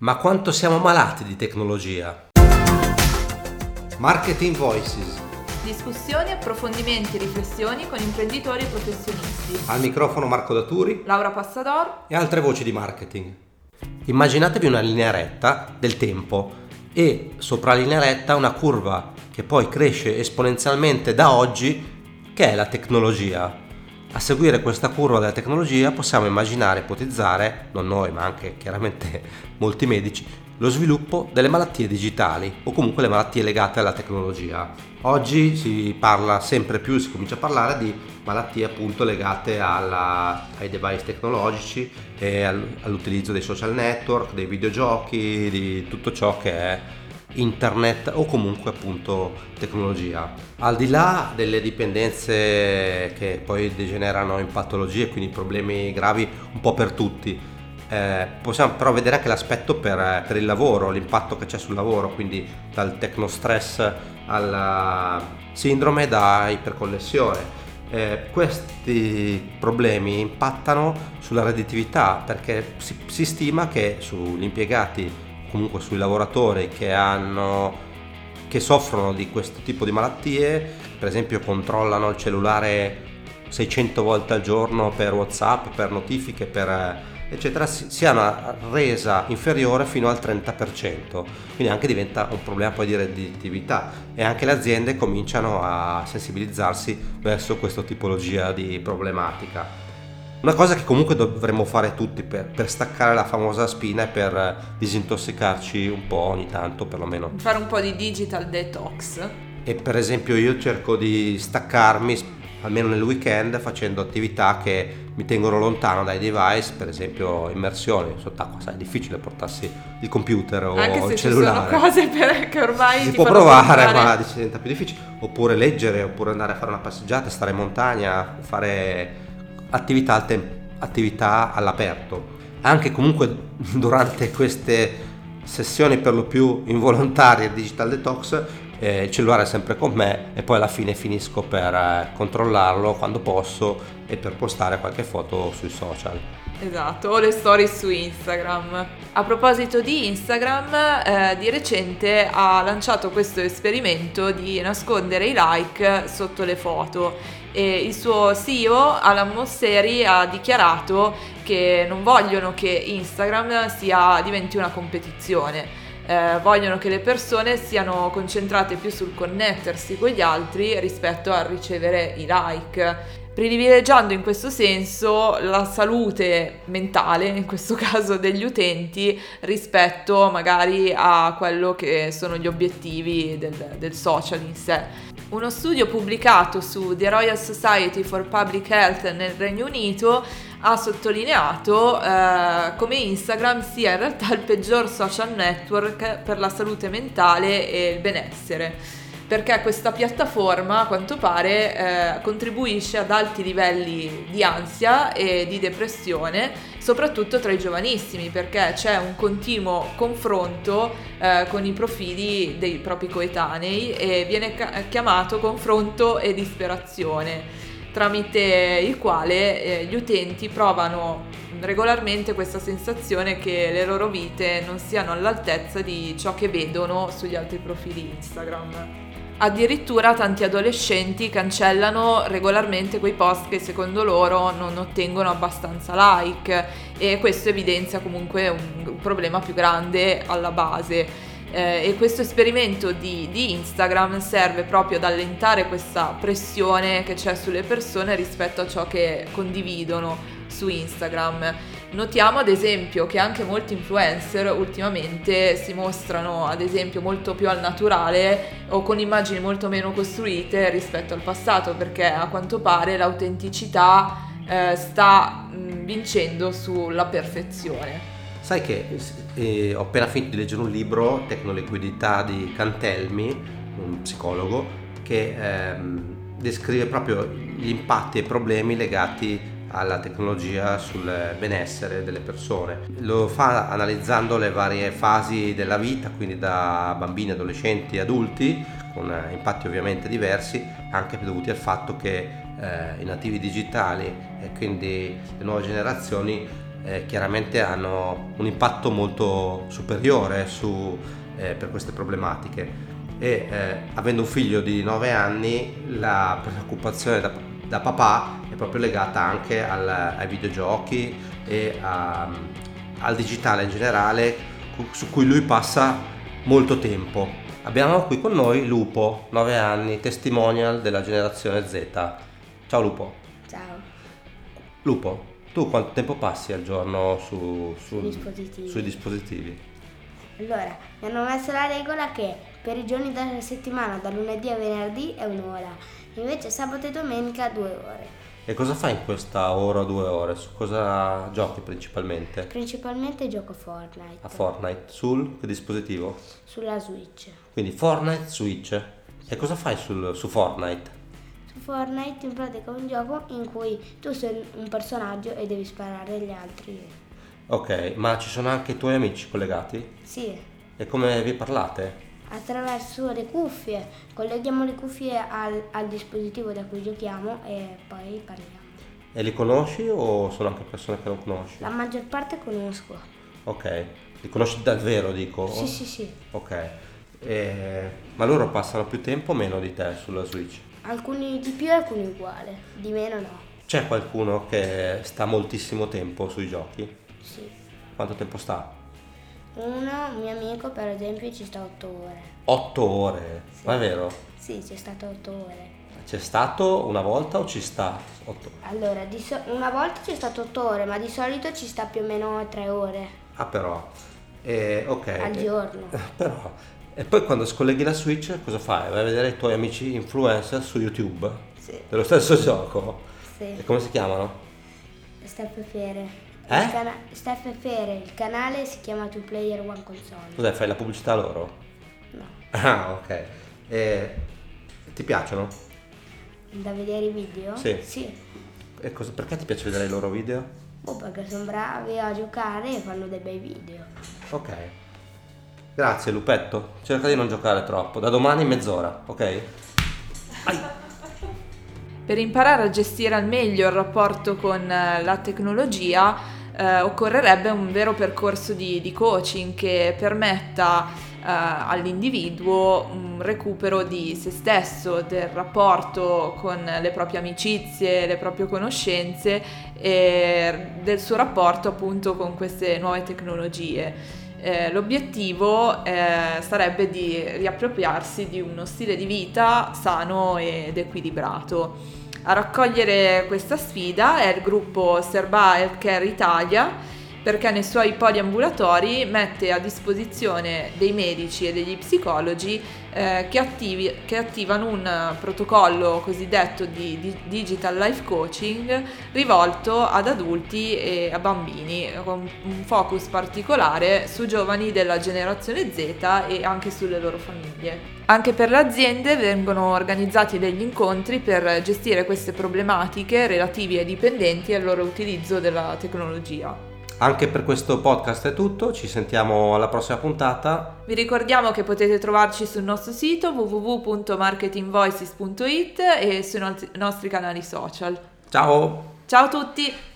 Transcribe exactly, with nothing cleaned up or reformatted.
Ma quanto siamo malati di tecnologia? Marketing Voices. Discussioni, approfondimenti e riflessioni con imprenditori e professionisti. Al microfono Marco Daturi, Laura Passador e altre voci di marketing. Immaginatevi una linea retta del tempo e sopra la linea retta una curva che poi cresce esponenzialmente da oggi, che è la tecnologia. A seguire questa curva della tecnologia possiamo immaginare, ipotizzare, non noi ma anche chiaramente molti medici, lo sviluppo delle malattie digitali o comunque le malattie legate alla tecnologia. Oggi si parla sempre più, si comincia a parlare di malattie appunto legate alla, ai device tecnologici e all'utilizzo dei social network, dei videogiochi, di tutto ciò che è internet o comunque appunto tecnologia. Al di là delle dipendenze che poi degenerano in patologie, quindi problemi gravi un po' per tutti, eh, possiamo però vedere anche l'aspetto per, per il lavoro, l'impatto che c'è sul lavoro, quindi dal tecnostress alla sindrome da iperconnessione. Eh, questi problemi impattano sulla redditività perché si, si stima che sugli impiegati, comunque sui lavoratori che hanno che soffrono di questo tipo di malattie, per esempio controllano il cellulare seicento volte al giorno per WhatsApp, per notifiche, per eccetera, si ha una resa inferiore fino al trenta per cento, quindi anche diventa un problema poi di redditività e anche le aziende cominciano a sensibilizzarsi verso questa tipologia di problematica. Una cosa che comunque dovremmo fare tutti per, per staccare la famosa spina e per disintossicarci un po' ogni tanto perlomeno. Fare un po' di digital detox. E per esempio io cerco di staccarmi almeno nel weekend facendo attività che mi tengono lontano dai device, per esempio immersioni sott'acqua, sai, è difficile portarsi il computer o anche se il cellulare. Ci sono cose per, che ormai si ti può fanno provare, pensare. ma diventa più difficile. Oppure leggere, oppure andare a fare una passeggiata, stare in montagna, fare attività, al tem- attività all'aperto. Anche comunque durante queste sessioni per lo più involontarie di digital detox eh, il cellulare è sempre con me e poi alla fine finisco per eh, controllarlo quando posso e per postare qualche foto sui social. Esatto, o le storie su Instagram. A proposito di Instagram, eh, di recente ha lanciato questo esperimento di nascondere i like sotto le foto e il suo C E O Alan Mosseri ha dichiarato che non vogliono che Instagram sia, diventi una competizione. Eh, vogliono che le persone siano concentrate più sul connettersi con gli altri rispetto a ricevere i like, privilegiando in questo senso la salute mentale, in questo caso degli utenti, rispetto magari a quello che sono gli obiettivi del, del social in sé. Uno studio pubblicato su The Royal Society for Public Health nel Regno Unito ha sottolineato eh, come Instagram sia in realtà il peggior social network per la salute mentale e il benessere, perché questa piattaforma a quanto pare eh, contribuisce ad alti livelli di ansia e di depressione, soprattutto tra i giovanissimi, perché c'è un continuo confronto eh, con i profili dei propri coetanei e viene ca- chiamato confronto e disperazione, tramite il quale eh, gli utenti provano regolarmente questa sensazione che le loro vite non siano all'altezza di ciò che vedono sugli altri profili Instagram. Addirittura tanti adolescenti cancellano regolarmente quei post che secondo loro non ottengono abbastanza like e questo evidenzia comunque un problema più grande alla base. Eh, e questo esperimento di, di Instagram serve proprio ad allentare questa pressione che c'è sulle persone rispetto a ciò che condividono su Instagram. Notiamo ad esempio che anche molti influencer ultimamente si mostrano ad esempio molto più al naturale o con immagini molto meno costruite rispetto al passato, perché a quanto pare l'autenticità eh, sta mh, vincendo sulla perfezione. Sai che eh, ho appena finito di leggere un libro, Tecnoliquidità di Cantelmi, un psicologo, che ehm, descrive proprio gli impatti e i problemi legati alla tecnologia sul benessere delle persone. Lo fa analizzando le varie fasi della vita, quindi da bambini, adolescenti, adulti, con impatti ovviamente diversi, anche dovuti al fatto che eh, i nativi digitali e quindi le nuove generazioni eh, chiaramente hanno un impatto molto superiore su, eh, per queste problematiche e eh, avendo un figlio di nove anni la preoccupazione da, da papà è proprio legata anche al, ai videogiochi e a, al digitale in generale, su cui lui passa molto tempo. Abbiamo qui con noi Lupo, nove anni, testimonial della generazione Z. Ciao Lupo. Ciao. Lupo, tu quanto tempo passi al giorno su, Sui dispositivi. sui dispositivi? Allora, mi hanno messo la regola che per i giorni della settimana, da lunedì a venerdì, è un'ora, invece sabato e domenica due ore. E cosa fai in questa ora o due ore? Su cosa giochi principalmente? Principalmente gioco Fortnite. A Fortnite. Sul che dispositivo? Sulla Switch. Quindi Fortnite, Switch. E cosa fai sul, su Fortnite? Su Fortnite in pratica è un gioco in cui tu sei un personaggio e devi sparare agli altri. Ok, ma ci sono anche i tuoi amici collegati? Sì, E come vi parlate? attraverso le cuffie. Colleghiamo le cuffie al, al dispositivo da cui giochiamo e poi parliamo. E li conosci o sono anche persone che non conosci? La maggior parte conosco. Ok, li conosci davvero dico? Sì, sì, sì. Ok, e... ma loro passano più tempo o meno di te sulla Switch? Alcuni di più e alcuni uguali, di meno no. C'è qualcuno che sta moltissimo tempo sui giochi? Sì. Quanto tempo sta? Uno, un mio amico per esempio, ci sta otto ore. Otto ore? Sì. Ma è vero? Sì, c'è stato otto ore. C'è stato una volta o ci sta? Otto. Allora, di so- una volta c'è stato otto ore, ma di solito ci sta più o meno tre ore Ah però, e, ok. al giorno. Eh, però, e poi quando scolleghi la Switch cosa fai? Vai a vedere i tuoi amici influencer su YouTube? Sì. Dello stesso gioco? Sì. E come si chiamano? Steph Fere. Eh? Il cana- Steph Fere, il canale si chiama Two Player One Console. Cos'è, fai la pubblicità loro? No. Ah, ok. E ti piacciono? Da vedere i video? Sì. Sì. E cosa, perché ti piace vedere i loro video? Oh, perché sono bravi a giocare e fanno dei bei video. Ok. Grazie Lupetto. Cerca di non giocare troppo. Da domani mezz'ora, ok? Ai. Per imparare a gestire al meglio il rapporto con eh, la tecnologia eh, occorrerebbe un vero percorso di, di coaching che permetta eh, all'individuo un recupero di se stesso, del rapporto con le proprie amicizie, le proprie conoscenze e del suo rapporto appunto con queste nuove tecnologie. Eh, l'obiettivo eh, sarebbe di riappropriarsi di uno stile di vita sano ed equilibrato. A raccogliere questa sfida è il gruppo Serba Healthcare Italia, perché nei suoi poliambulatori mette a disposizione dei medici e degli psicologi eh, che, attivi, che attivano un protocollo cosiddetto di, di digital life coaching rivolto ad adulti e a bambini, con un focus particolare su giovani della generazione Z e anche sulle loro famiglie. Anche per le aziende vengono organizzati degli incontri per gestire queste problematiche relative ai dipendenti e al loro utilizzo della tecnologia. Anche per questo podcast è tutto, ci sentiamo alla prossima puntata. Vi ricordiamo che potete trovarci sul nostro sito w w w punto marketing voices punto it e sui nostri canali social. Ciao! Ciao a tutti!